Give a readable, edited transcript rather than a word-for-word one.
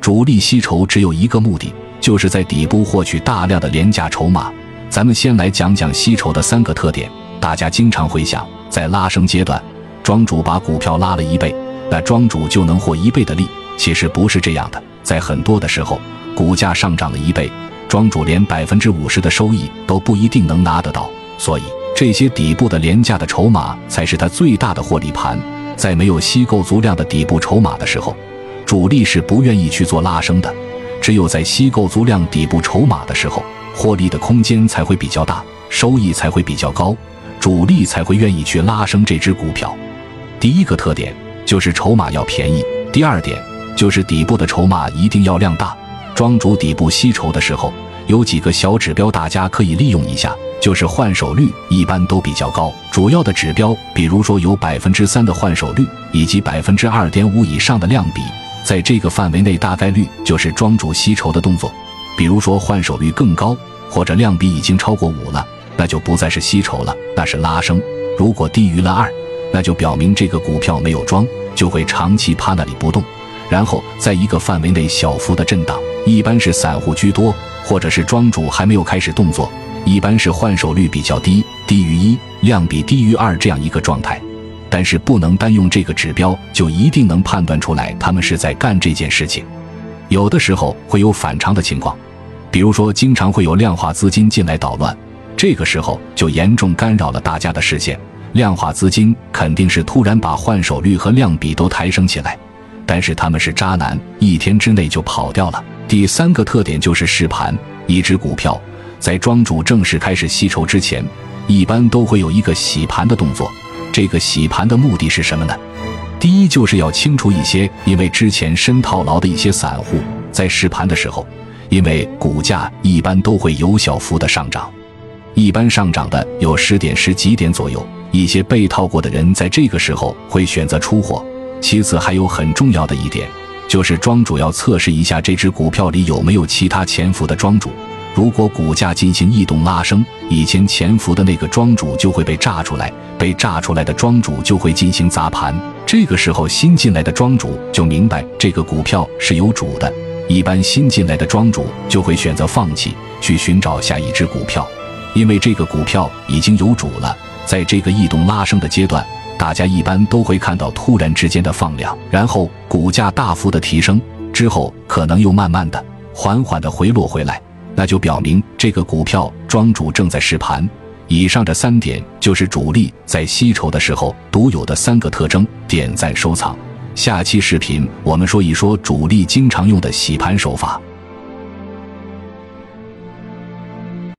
主力吸筹只有一个目的，就是在底部获取大量的廉价筹码。咱们先来讲讲吸筹的3个特点。大家经常会想，在拉升阶段，庄主把股票拉了1倍，那庄主就能获1倍的利。其实不是这样的，在很多的时候，股价上涨了1倍，庄主连50%的收益都不一定能拿得到。所以这些底部的廉价的筹码才是他最大的获利盘。在没有吸够足量的底部筹码的时候，主力是不愿意去做拉升的。只有在吸够足量底部筹码的时候，获利的空间才会比较大，收益才会比较高，主力才会愿意去拉升这只股票。第一个特点就是筹码要便宜。第二点就是底部的筹码一定要量大。庄主底部吸筹的时候，有几个小指标大家可以利用一下，就是换手率一般都比较高。主要的指标，比如说有 3% 的换手率以及 2.5% 以上的量比，在这个范围内大概率就是庄主吸筹的动作。比如说换手率更高，或者量比已经超过5了，那就不再是吸筹了，那是拉升。如果低于了2，那就表明这个股票没有庄，就会长期趴那里不动，然后在一个范围内小幅的震荡，一般是散户居多，或者是庄主还没有开始动作，一般是换手率比较低，低于1，量比低于2这样一个状态。但是不能单用这个指标就一定能判断出来他们是在干这件事情，有的时候会有反常的情况。比如说经常会有量化资金进来捣乱，这个时候就严重干扰了大家的视线。量化资金肯定是突然把换手率和量比都抬升起来，但是他们是渣男，1天之内就跑掉了。第3个特点就是试盘。一只股票在庄主正式开始吸筹之前，一般都会有一个洗盘的动作。这个洗盘的目的是什么呢？第一，就是要清除一些因为之前深套牢的一些散户。在试盘的时候，因为股价一般都会有小幅的上涨，一般上涨的有10点10几点左右，一些被套过的人在这个时候会选择出货。其次还有很重要的一点，就是庄主要测试一下这只股票里有没有其他潜伏的庄主。如果股价进行异动拉升，以前潜伏的那个庄主就会被炸出来，被炸出来的庄主就会进行砸盘。这个时候新进来的庄主就明白这个股票是有主的，一般新进来的庄主就会选择放弃，去寻找下一只股票，因为这个股票已经有主了。在这个异动拉升的阶段，大家一般都会看到突然之间的放量，然后股价大幅的提升，之后可能又慢慢的缓缓的回落回来，那就表明这个股票庄主正在试盘。以上这3点就是主力在吸筹的时候独有的3个特征。点赞收藏，下期视频我们说一说主力经常用的洗盘手法。